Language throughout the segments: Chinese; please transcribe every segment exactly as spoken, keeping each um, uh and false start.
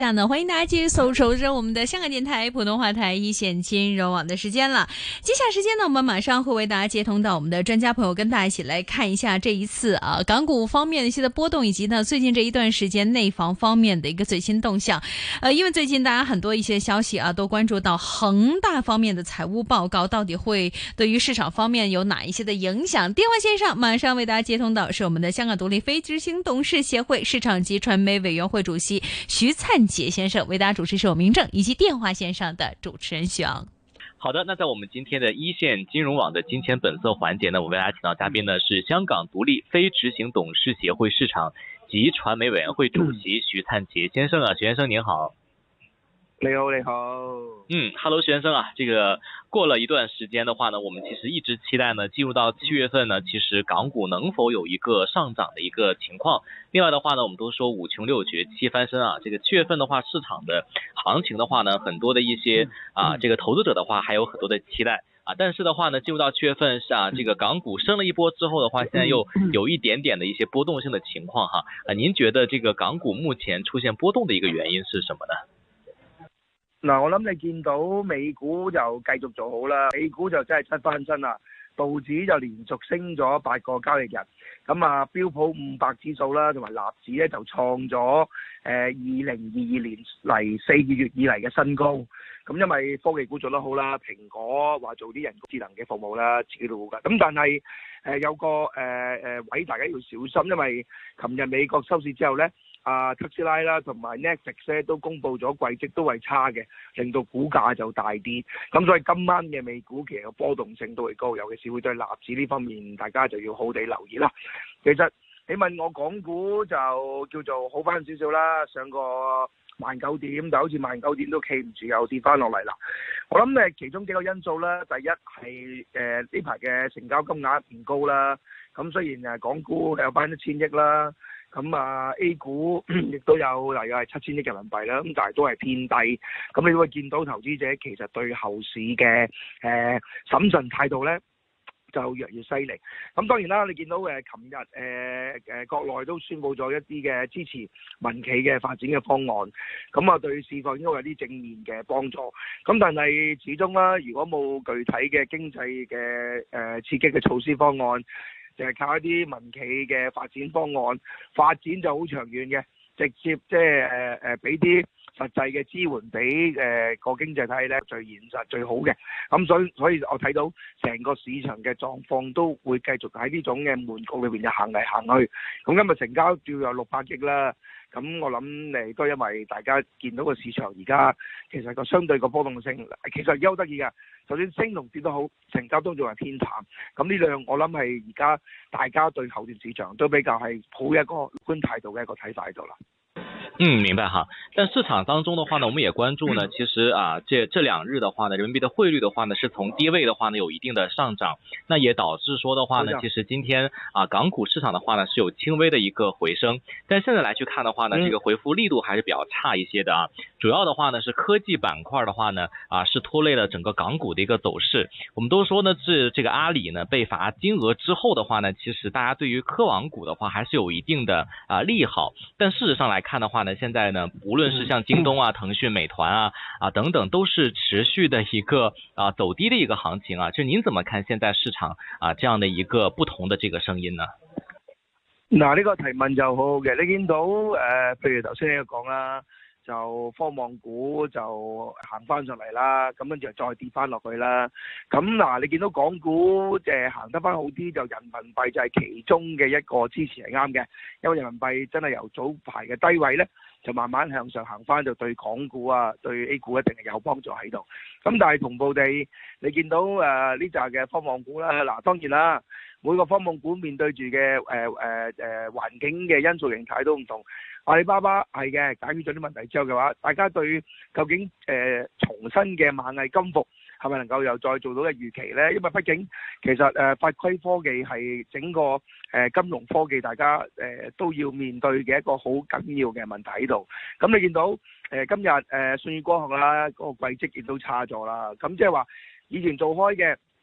这样呢，欢迎大家继续搜收着我们的香港电台普通话台一线金融网的时间了。接下来时间呢，我们马上会为大家接通到我们的专家朋友，跟大家一起来看一下这一次啊港股方面的一些的波动，以及呢最近这一段时间内房方面的一个最新动向。呃，因为最近大家很多一些消息啊，都关注到恒大方面的财务报告到底会对于市场方面有哪一些的影响。电话线上马上为大家接通到是我们的香港独立非执行董事协会市场及传媒委员会主席徐灿杰先生，为大家主持是我明正，以及电话线上的主持人许昂。 好的，那在我们今天的一线金融网的金钱本色环节呢，我为大家请到嘉宾呢是香港独立非执行董事协会市场及传媒委员会主席徐灿杰先生啊，徐先生您好。 你好，你好。 嗯 ，Hello， 徐先生啊，这个过了一段时间的话呢，我们其实一直期待呢，进入到七月份呢，其实港股能否有一个上涨的一个情况。另外的话呢，我们都说五穷六绝七翻身啊，这个七月份的话，市场的行情的话呢，很多的一些啊，这个投资者的话还有很多的期待啊，但是的话呢，进入到七月份啊，这个港股升了一波之后的话，现在又有一点点的一些波动性的情况哈啊，您觉得这个港股目前出现波动的一个原因是什么呢？ 嗱，我諗你見到美股就繼續做好啦，美股就真係七翻身啦，道指就連續升咗八個交易日，咁啊標普五百指數啦，同埋納指咧就創咗誒二零二二年嚟四個月以嚟嘅新高。咁因為科技股做得好啦，蘋果話做啲人工智能嘅服務啦，自己都好㗎。咁但係誒、呃、有個誒誒、呃、位大家要小心，因為琴日美國收市之後咧。啊，特斯拉啦同埋 Netflix 咧都公布咗季績都係差嘅，令到股價就大跌。咁所以今晚嘅美股其實個波動性都會高，尤其是會對納指呢方面，大家就要好地留意啦。其實你問我港股就叫做好翻少少啦，上個萬九點，但好似萬九點都企唔住，又跌翻落嚟啦。我諗誒其中幾個因素啦，第一係誒呢排嘅成交金額唔高啦。咁雖然誒港股有翻一千億啦。咁啊 A 股亦都有大概係七千億人民幣啦，咁但係都係偏低。咁你會見到投資者其實對後市嘅誒、呃、審慎態度咧就越嚟越犀利。咁當然啦，你見到誒琴日誒誒國內都宣布咗一啲嘅支持民企嘅發展嘅方案，咁啊對市況應該有啲正面嘅幫助。咁但係始終啦，如果冇具體嘅經濟嘅誒、呃、刺激嘅措施方案，就係靠一啲民企嘅發展方案，發展就好長遠嘅，直接即係誒誒俾啲實際嘅支援俾誒個經濟體咧，最現實最好嘅。咁所以所以我睇到成個市場嘅狀況都會繼續喺呢種嘅悶局裏邊就行嚟行去。咁今日成交要有六百億啦。咁我諗誒都因為大家見到個市場而家其實個相對個波動性其實幾好得意嘅，就算升同跌都好，成交都仲係偏淡。咁呢兩我諗係而家大家對後段市場都比較係抱一個樂觀態度嘅一個睇法喺度啦。 嗯，明白哈。但市場當中的話呢，我們也關注呢，其實啊，這這兩日的話呢，人民幣的匯率的話呢，是從低位的話呢有一定的上漲，那也導致說的話呢，其實今天啊港股市場的話呢是有輕微的一個回升，但現在來去看的話呢，這個回復力度還是比較差一些的啊。主要的話呢是科技板塊的話呢啊是拖累了整個港股的一個走勢。我們都說呢，是這個阿里呢被罰金額之後的話呢，其實大家對於科網股的話還是有一定的啊利好，但事實上來看的話呢，現在呢，無論是像京東啊、騰訊、美團啊啊等等，都是持續的一個啊走低的一個行情啊。就您怎麼看現在市場啊這樣的一個不同的這個聲音呢？ 嗱，呢個提問就好好嘅。你見到誒、呃，譬如頭先你講啦，就科網股就行翻上嚟啦，咁跟住再跌翻落去啦。咁嗱，你見到港股誒、呃、行得翻好啲，就人民幣就係其中嘅一個支持係啱嘅，因為人民幣真係由早排嘅低位咧，就慢慢向上行翻，就對港股啊、對 A 股一定係有幫助喺度。咁但係同步地，你見到誒呢扎嘅科網股啦，嗱當然啦，每個科網股面對住嘅誒誒誒環境嘅因素形態都唔同。阿里巴巴係嘅，解決咗啲問題之後嘅話，大家對究竟誒、呃、重新嘅螞蟻金服係咪能夠又再做到嘅預期呢？因為畢竟其實誒、呃、法規科技係整個誒、呃、金融科技大家誒、呃、都要面對嘅一個好緊要嘅問題喺度。咁你見到誒、呃、今日誒、呃、舜宇光學啦，嗰、那個季績亦都差咗啦。咁即係話以前做開嘅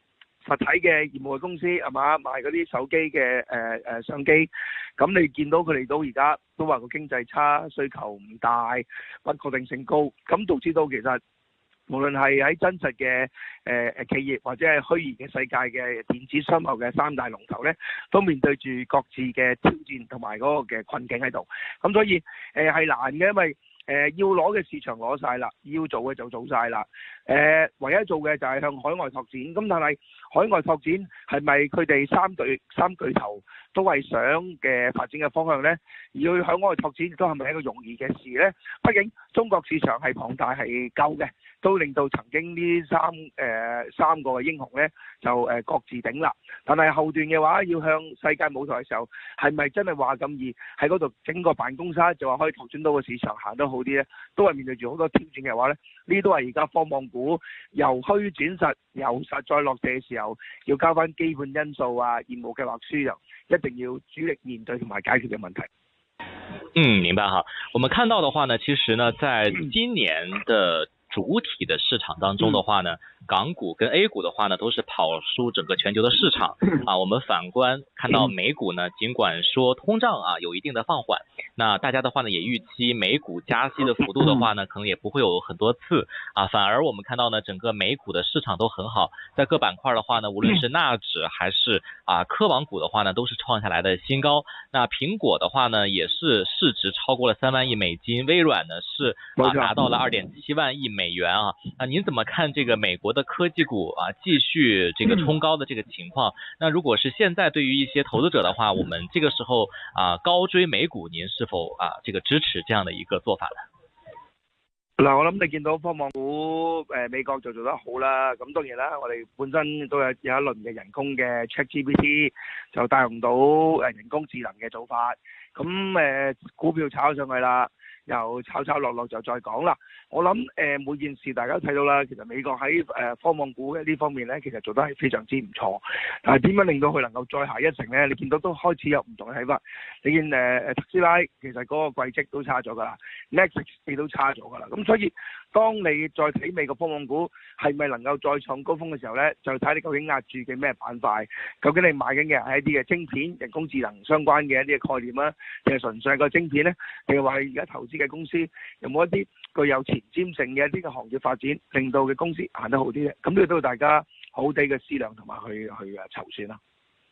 實體嘅業務嘅公司係嘛，賣嗰啲手機嘅誒誒相機，咁你見到佢哋都而家都話個經濟差，需求唔大，不確定性高，咁導致到其實無論係喺真實嘅誒誒企業或者係虛擬嘅世界嘅電子商貿嘅三大龍頭咧，都面對住各自嘅挑戰同埋嗰個嘅困境喺度，咁所以誒係、呃、難嘅，因為誒、呃、要攞嘅市場攞晒啦，要做嘅就做晒啦。誒、呃、唯一做嘅就係向海外拓展。咁但係海外拓展係咪佢哋三對三巨頭都係想嘅發展嘅方向呢？而要向外拓展亦都係咪一個容易嘅事呢？畢竟中國市場係龐大係夠嘅，都令到曾經呢三誒、呃、三個嘅英雄呢就誒、呃、各自頂啦。但係後段嘅話要向世界舞台嘅時候，係咪真係話咁易喺嗰度整個辦公室就話可以拓展到個市場行得好啲呢？都係面對住好多挑戰嘅話呢，呢啲都係而家科網股由虛轉實，由實再落地嘅時候，要交翻基本因素啊、業務計劃書就一定要主力面對同埋解決嘅問題。 嗯，明白哈。我們看到的話呢，其實呢，在今年的主體的市場當中的話呢，港股跟 A 股的話呢，都是跑輸整個全球的市場啊。我們反觀看到美股呢，儘管說通脹啊有一定的放緩，那大家的話呢也預期美股加息的幅度的話呢，可能也不會有很多次啊。反而我們看到呢，整個美股的市場都很好，在各板塊的話呢，無論是納指還是啊科網股的話呢，都是創下來的新高。那蘋果的話呢，也是市值超過了三萬億美金，微軟呢是啊達到了二點七萬億美元啊。那您怎麼看這個美國的科技股啊繼續這個衝高的這個情況？那如果是現在對於一些投資者的話，我們這個時候啊高追美股，您是否啊這個支持這樣的一個做法呢？ 嗱，我諗你見到科網股誒、呃、美國就做得好啦，咁當然啦，我哋本身都有有一輪嘅人工嘅 ChatGPT 就帶動到誒人工智能嘅做法，咁誒、呃、股票炒上去啦。又炒炒落落就再講啦。我諗誒、呃、每件事大家都睇到啦，其實美國喺誒、呃、科網股嘅呢方面咧，其實做得係非常之唔錯。但係點樣令到佢能夠再下一城咧？你見到都開始有唔同嘅睇法。你見誒誒特斯拉其實嗰個季績都差咗㗎啦 ，Netflix 亦都差咗㗎啦。咁所以當你再睇美國科網股係咪能夠再創高峰嘅時候咧，就睇你究竟壓住嘅咩板塊，究竟你買緊嘅係一啲嘅晶片、人工智能相關嘅一啲嘅概念啦，定係純粹係個晶片咧？定係話而家投資嘅公司有冇一啲具有前瞻性嘅一啲嘅行業發展，令到嘅公司行得好啲咧？咁呢個都要大家好好地嘅思量同埋去去誒籌算啦。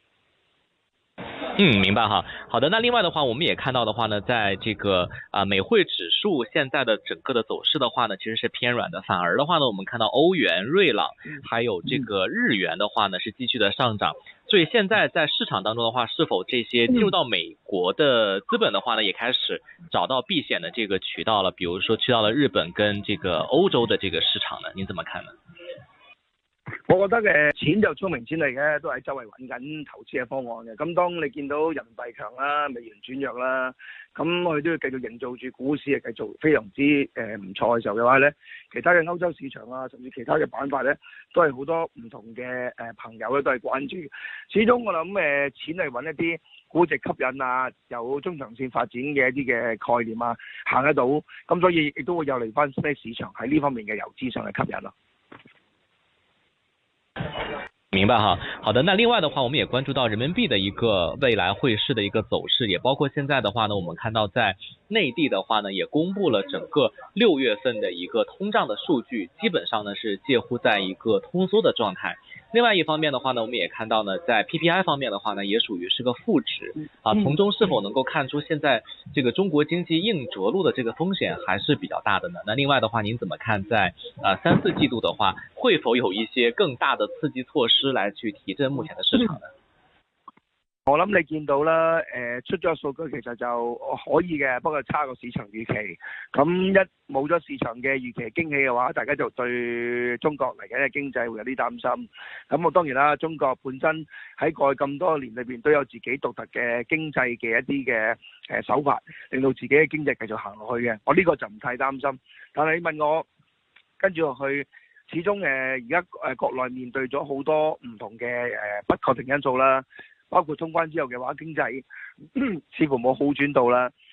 嗯，明白哈。好的，那另外的話，我們也看到的話呢，在這個啊、呃、美匯指數現在的整個的走勢的話呢，其實是偏軟的。反而的話呢，我們看到歐元、瑞郎還有這個日元的話呢，是繼續的上漲。所以現在在市場當中的話，是否這些進入到美國的資本的話呢，也開始找到避險的這個渠道了？比如說去到了日本跟這個歐洲的這個市場呢？您怎麼看呢？ 我覺得嘅錢就聰明錢嚟嘅，都喺周圍揾緊投資嘅方案嘅。咁當你見到人民幣強啦、美元轉弱啦，咁佢都要繼續營造住股市係繼續非常之誒唔錯嘅時候嘅話咧，其他嘅歐洲市場啊，甚至其他嘅板塊咧，都係好多唔同嘅誒朋友咧都係關注。始終我諗誒錢係揾一啲估值吸引啊，有中長線發展嘅一啲嘅概念啊，行得到，咁所以亦都會有嚟翻咩市場喺呢方面嘅遊資上嚟吸引咯。 明白哈，好的。那另外的話，我們也關注到人民幣的一個未來匯市的一個走勢，也包括現在的話呢，我們看到在內地的話呢，也公布了整個六月份的一個通脹的數據，基本上呢是介乎在一個通縮的狀態。另外一方面的話呢，我們也看到呢，在 P P I 方面的話呢，也屬於是個負值啊，從中是否能夠看出現在這個中國經濟硬着陸的這個風險還是比較大的呢？那另外的話，您怎麼看在啊三四季度的話，會否有一些更大的刺激措施來去提振目前的市場呢？ 我諗你見到啦，誒、呃、出咗數據其實就可以嘅，不過差過市場預期。咁一冇咗市場嘅預期驚喜嘅話，大家就對中國嚟緊嘅經濟會有啲擔心。咁我當然啦，中國本身喺過去咁多年裏邊都有自己獨特嘅經濟嘅一啲嘅誒手法，令到自己嘅經濟繼續行落去嘅。我呢個就唔太擔心。但係你問我跟住落去，始終誒而家誒國內面對咗好多唔同嘅誒不確定因素啦。包括通關之後嘅話，經濟似乎冇好轉到啦。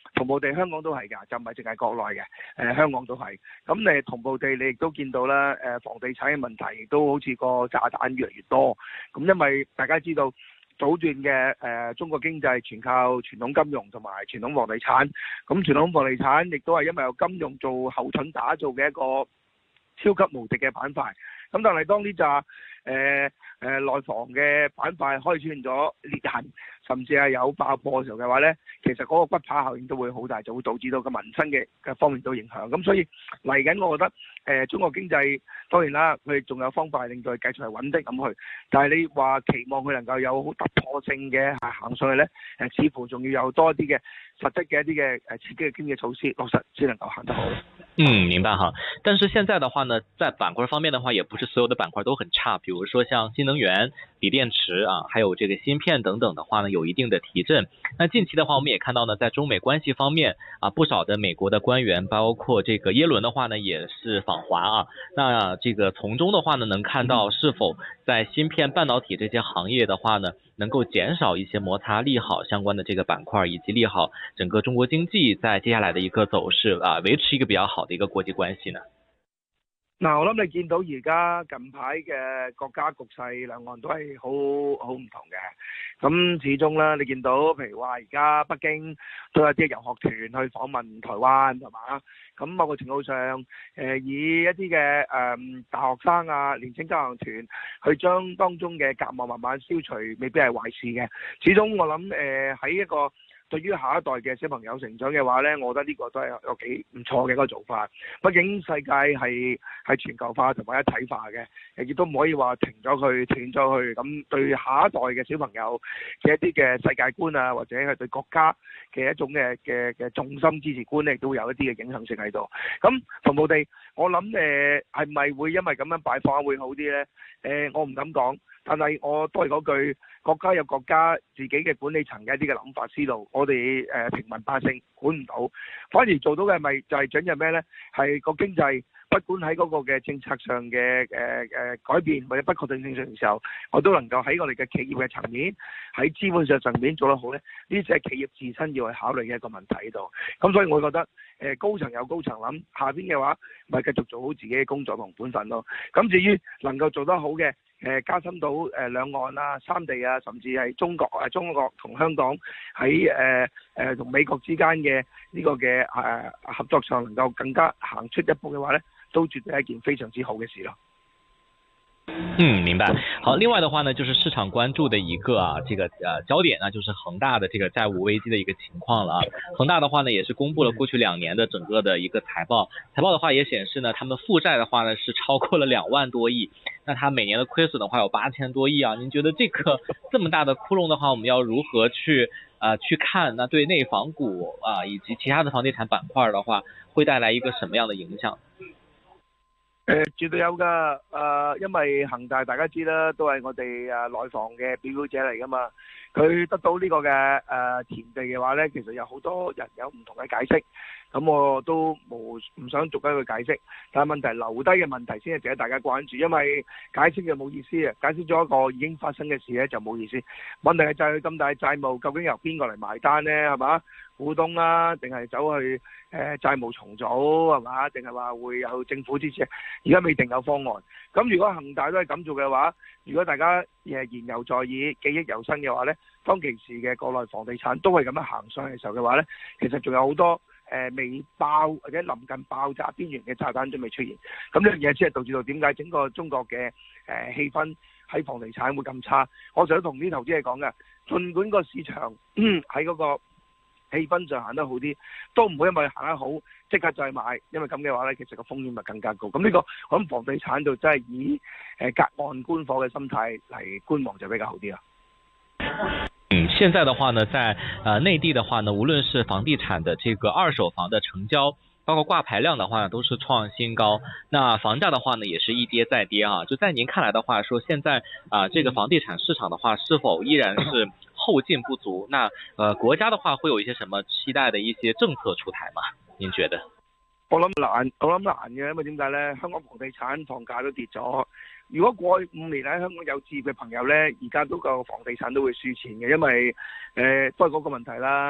同步地香港都係㗎，就唔係淨係國內嘅，誒、呃、香港都係。咁誒同步地你亦都見到啦，誒、呃、房地產嘅問題亦都好似個炸彈越嚟越多。咁因為大家知道早段嘅誒、呃、中國經濟全靠傳統金融同埋傳統房地產，咁傳統房地產亦都係因為有金融做後盾打造嘅一個超級無敵嘅板塊。咁但係當呢扎誒誒內房嘅板塊開始出現咗裂痕，甚至係有爆破嘅時候嘅話呢，其實嗰個骨牌效應都會好大，就會導致到個民生嘅嘅方面都影響。咁所以嚟緊，我覺得誒、呃、中國經濟當然啦，佢哋仲有方法令到佢繼續係穩定咁去。但係你話期望佢能夠有好突破性嘅行上去呢，誒、呃、似乎仲要有多啲嘅實質嘅一啲嘅誒刺激嘅經濟措施落實，先能夠行得好。 嗯，明白哈。但是現在的話呢，在板塊方面的話，也不是所有的板塊都很差。比如說像新能源、鋰電池啊，還有這個芯片等等的話呢，有一定的提振。那近期的話，我們也看到呢，在中美關係方面啊，不少的美國的官員，包括這個耶倫的話呢，也是訪華啊。那這個從中的話呢，能看到是否在芯片、半導體這些行業的話呢，能夠減少一些摩擦，利好相關的這個板塊，以及利好整個中國經濟在接下來的一個走勢啊，維持一個比較好的一個國際關係呢？ 嗱，我諗你見到而家近排嘅國家局勢，兩岸都係好好唔同嘅。咁始終啦，你見到譬如話而家北京都有啲遊學團去訪問台灣，係嘛？咁某個程度上，誒、呃、以一啲嘅誒大學生啊、年輕交流團去將當中嘅隔膜慢慢消除，未必係壞事嘅。始終我諗誒喺一個對於下一代嘅小朋友成長嘅話呢，我覺得呢個都係有幾唔錯嘅一個做法。畢竟世界係係全球化同埋一體化嘅，亦都唔可以話停咗佢、斷咗佢。咁對下一代嘅小朋友嘅一啲嘅世界觀啊，或者係對國家嘅一種嘅嘅嘅重心支持觀呢，亦都會有一啲嘅影響性喺度。咁同步地，我諗誒係咪會因為咁樣擺放會好啲呢？誒、呃，我唔敢講。但係我都係嗰句，國家有國家自己嘅管理層嘅一啲嘅諗法思路，我哋誒、呃、平民百姓管唔到，反而做到嘅係咪就係準入咩呢？係個經濟，不管喺嗰個嘅政策上嘅誒誒改變或者不確定性上嘅時候，我都能夠喺我哋嘅企業嘅層面，喺資本上層面做得好呢。呢啲係企業自身要去考慮嘅一個問題喺度。咁所以我覺得誒、呃、高層有高層諗，下邊嘅話咪繼續做好自己嘅工作同本分咯。咁至於能夠做得好嘅，誒加深到誒兩岸啊、三地啊，甚至係中國啊、中國同香港喺誒誒同美國之間嘅呢個嘅誒合作上，能夠更加行出一步嘅話咧，都絕對係一件非常之好嘅事咯。 嗯，明白。好，另外的話呢，就是市場關注的一個啊，這個呃焦點呢，就是恒大的這個債務危機的一個情況了啊。恒大的話呢，也是公布了過去兩年的整個的一個財報，財報的話也顯示呢，他們負債的話呢是超過了兩萬多億，那它每年的虧損的話有八千多億啊。您覺得這個這麼大的窟窿的話，我們要如何去呃去看？那對內房股啊以及其他的房地產板塊的話，會帶來一個什麼樣的影響？ 誒、呃、絕對有㗎，誒、呃、因為恒大大家知啦，都係我哋誒內房嘅表表者嚟㗎嘛。佢得到呢個嘅誒、呃、田地嘅話呢，其實有好多人有唔同嘅解釋，咁我都冇唔想逐一去解釋。但係問題留低嘅問題先係值得大家關注，因為解釋就冇意思啊，解釋咗一個已經發生嘅事呢，就冇意思。問題係就係咁大債務，究竟由邊個嚟埋單呢？係嘛？股東啦，定係走去誒、呃、債務重組係嘛？定係話會有政府支持？而家未定有方案。咁如果恒大都係咁做嘅話，如果大家誒言猶在耳、記憶猶新嘅話呢，當其時嘅國內房地產都係咁樣行上嘅時候嘅話呢，其實仲有好多誒、呃、未爆或者臨近爆炸邊緣嘅炸彈都未出現。咁呢樣嘢先係導致到點解整個中國嘅誒、呃、氣氛喺房地產會咁差。我成日都同啲投資者講嘅，儘管個市場喺嗰個氣氛上行得好啲，都唔會因為行得好即刻再買，因為咁嘅話呢，其實個風險咪更加高。咁呢、這個我諗房地產就真係以誒隔岸觀火嘅心態嚟觀望就比較好啲啦。 嗯，現在的話呢，在呃內地的話呢，無論是房地產的這個二手房的成交，包括掛牌量的話呢，都是創新高。那房價的話呢，也是一跌再跌啊。就在您看來的話，說現在啊、呃，這個房地產市場的話，是否依然是後勁不足？那呃，國家的話會有一些什麼期待的一些政策出台嗎？您覺得？ 我諗難，我諗難嘅，因為點解呢？香港房地產房價都跌咗。如果過去五年喺香港有置業嘅朋友呢，而家都個房地產都會輸錢嘅，因為誒、呃、都係嗰個問題啦。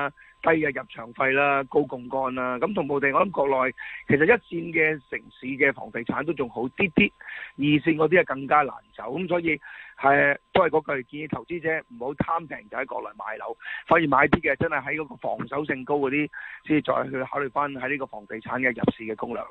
低嘅入場費啦、高槓桿啦，咁同步地我諗國內其實一線嘅城市嘅房地產都仲好啲啲，二線嗰啲係更加難走，咁所以係都係嗰句建議投資者唔好貪平就喺國內買樓，反而買啲嘅真係喺嗰個防守性高嗰啲，先再去考慮翻喺呢個房地產嘅入市嘅攻略。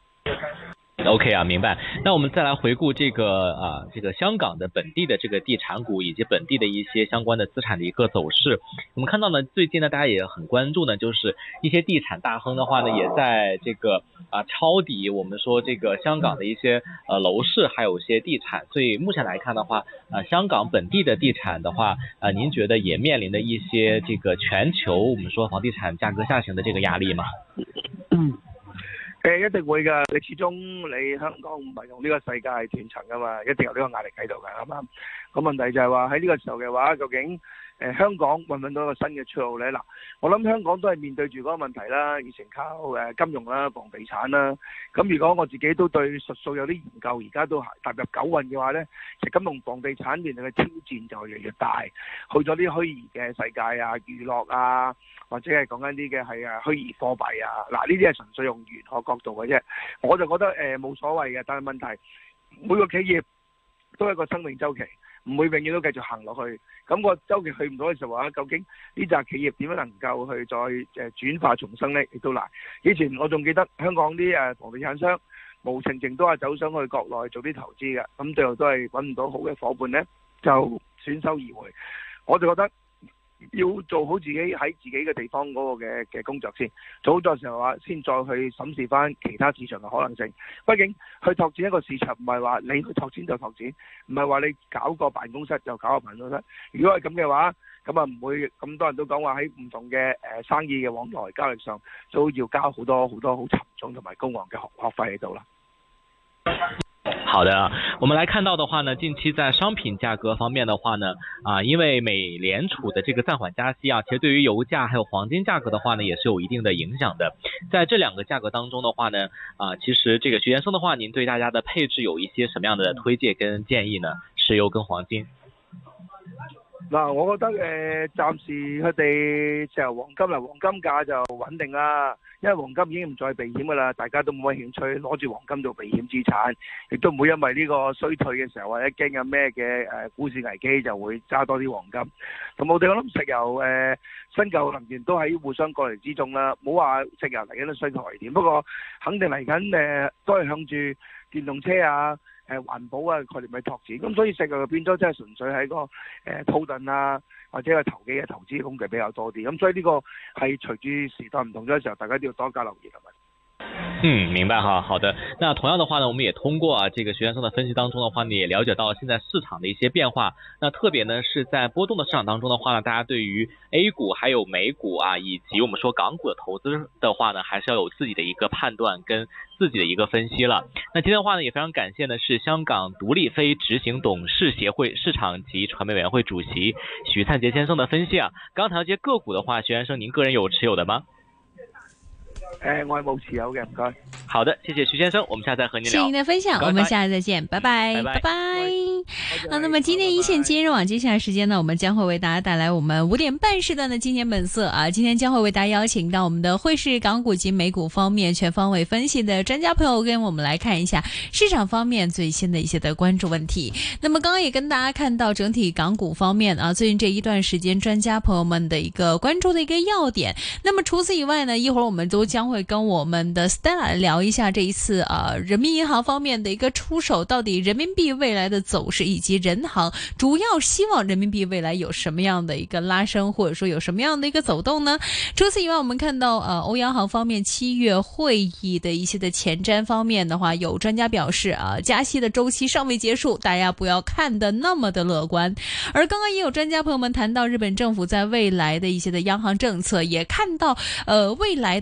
OK 啊，明白。那我們再來回顧這個啊，這個香港的本地的這個地產股以及本地的一些相關的資產的一個走勢。我們看到呢，最近呢，大家也很關注呢，就是一些地產大亨的話呢，也在這個啊抄底我們說這個香港的一些呃樓市，還有一些地產。所以目前來看的話，啊香港本地的地產的話，啊您覺得也面臨的一些這個全球我們說房地產價格下行的這個壓力嗎？ 嗯。誒一定會㗎，你始終你香港唔係用呢個世界斷層㗎嘛，一定有呢個壓力喺度㗎，啱唔啱？咁問題就係話喺呢個時候嘅話，究竟誒、呃、香港揾唔揾到一個新嘅出路呢？嗱，我諗香港都係面對住嗰個問題啦，以前靠誒金融啦、房地產啦，咁如果我自己都對術數有啲研究，而家都踏入九運嘅話呢，其實金融房地產面對嘅挑戰就越嚟越大，去咗啲虛擬嘅世界啊、娛樂啊，或者係講緊啲嘅係啊虛擬貨幣啊，嗱呢啲係純粹用玄學角度嘅啫，我就覺得誒冇、呃、所謂嘅，但係問題每個企業都係一個生命周期，唔會永遠都繼續行落去。咁、個周期去唔到嘅時候話，究竟呢紮企業點樣能夠去再誒轉化重生呢？亦都難。以前我仲記得香港啲誒房地產商無情情都係走上去國內做啲投資嘅，咁最後都係揾唔到好嘅伙伴呢，就轉收而回。我就覺得要做好自己喺自己嘅地方嗰個嘅嘅工作先，做好咗時候話，先再去審視翻其他市場嘅可能性。畢竟去拓展一個市場，唔係話你去拓展就拓展，唔係話你搞個辦公室就搞個辦公室。如果係咁嘅話，咁啊唔會咁多人都講話喺唔同嘅誒生意嘅往來交易上，都要交好多好多好沉重同埋高昂嘅學學費喺度啦。 好的，我們來看到的話呢，近期在商品價格方面的話呢，啊，因為美聯儲的這個暫緩加息啊，其實對於油價還有黃金價格的話呢，也是有一定的影響的。在這兩個價格當中的話呢，啊，其實這個徐先生的話，您對大家的配置有一些什麼樣的推介跟建議呢？石油跟黃金。 嗱，我覺得誒、呃，暫時佢哋石油黃金啦，黃金價就穩定啦，因為黃金已經唔再避險噶啦，大家都冇乜興趣攞住黃金做避險資產，亦都唔會因為呢個衰退嘅時候或者驚有咩嘅誒股市危機就會揸多啲黃金。同我哋我諗石油誒、呃、新舊能源都喺互相過嚟之中啦，冇話石油嚟緊都衰退係點，不過肯定嚟緊誒都係向住電動車啊。誒環保啊概念去拓展，咁所以石油就變咗真係純粹喺個誒套戥啊，或者係投機嘅投資工具比較多啲，咁所以呢個係隨住時代唔同咗嘅時候，大家都要多加留意係咪？ 嗯，明白哈，好的。那同樣的話呢，我們也通過啊這個徐先生的分析當中的話呢，也了解到現在市場的一些變化。那特別呢是在波動的市場當中的話呢，大家對於 A 股還有美股啊，以及我們說港股的投資的話呢，還是要有自己的一個判斷跟自己的一個分析了。那今天的話呢，也非常感謝呢是香港獨立非執行董事協會市場及傳媒委員會主席徐燦傑先生的分析啊。剛才這些個股的話，徐先生您個人有持有的嗎？ 誒、呃，我係冇持有嘅，唔該。 好的，謝謝徐先生，我們下次再和您聊。 謝謝您的分享，我們下次再見，拜拜，拜拜。拜拜。好，那麼今天一線金融網接下來時間呢，我們將會為大家帶來我們五點半時段的經典本色啊，今天將會為大家邀請到我們的匯市、港股及美股方面全方位分析的專家朋友，跟我們來看一下市場方面最新的一些的關注問題。那麼剛剛也跟大家看到整體港股方面啊，最近這一段時間專家朋友們的一個關注的一個要點。那麼除此以外呢，一會兒我們都將會跟我們的 Stella 聊一下這一次啊，人民銀行方面的一個出手，到底人民幣未來的走勢，以及人行主要希望人民幣未來有什麼樣的一個拉升，或者說有什麼樣的一個走動呢？除此以外，我們看到呃，歐央行方面七月會議的一些的前瞻方面的話，有專家表示啊，加息的周期尚未結束，大家不要看得那麼的樂觀。而剛剛也有專家朋友們談到日本政府在未來的一些的央行政策，也看到呃未來的一個通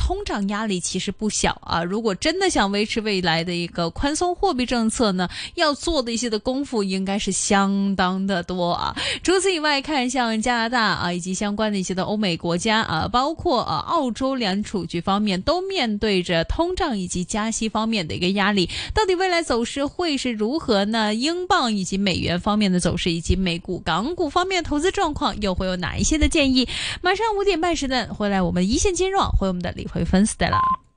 通胀压力其实不小啊。如果真的想维持未来的一个宽松货币政策呢，要做的一些的功夫应该是相当的多啊。除此以外，看像加拿大啊以及相关的一些的欧美国家啊，包括啊澳洲联储局方面都面对着通胀以及加息方面的一个压力，到底未来走势会是如何呢？英镑以及美元方面的走势，以及美股、港股方面的投资状况，又会有哪一些的建议？马上五点半时段回来，我们一线金融，回我们的李慧芬 Stella。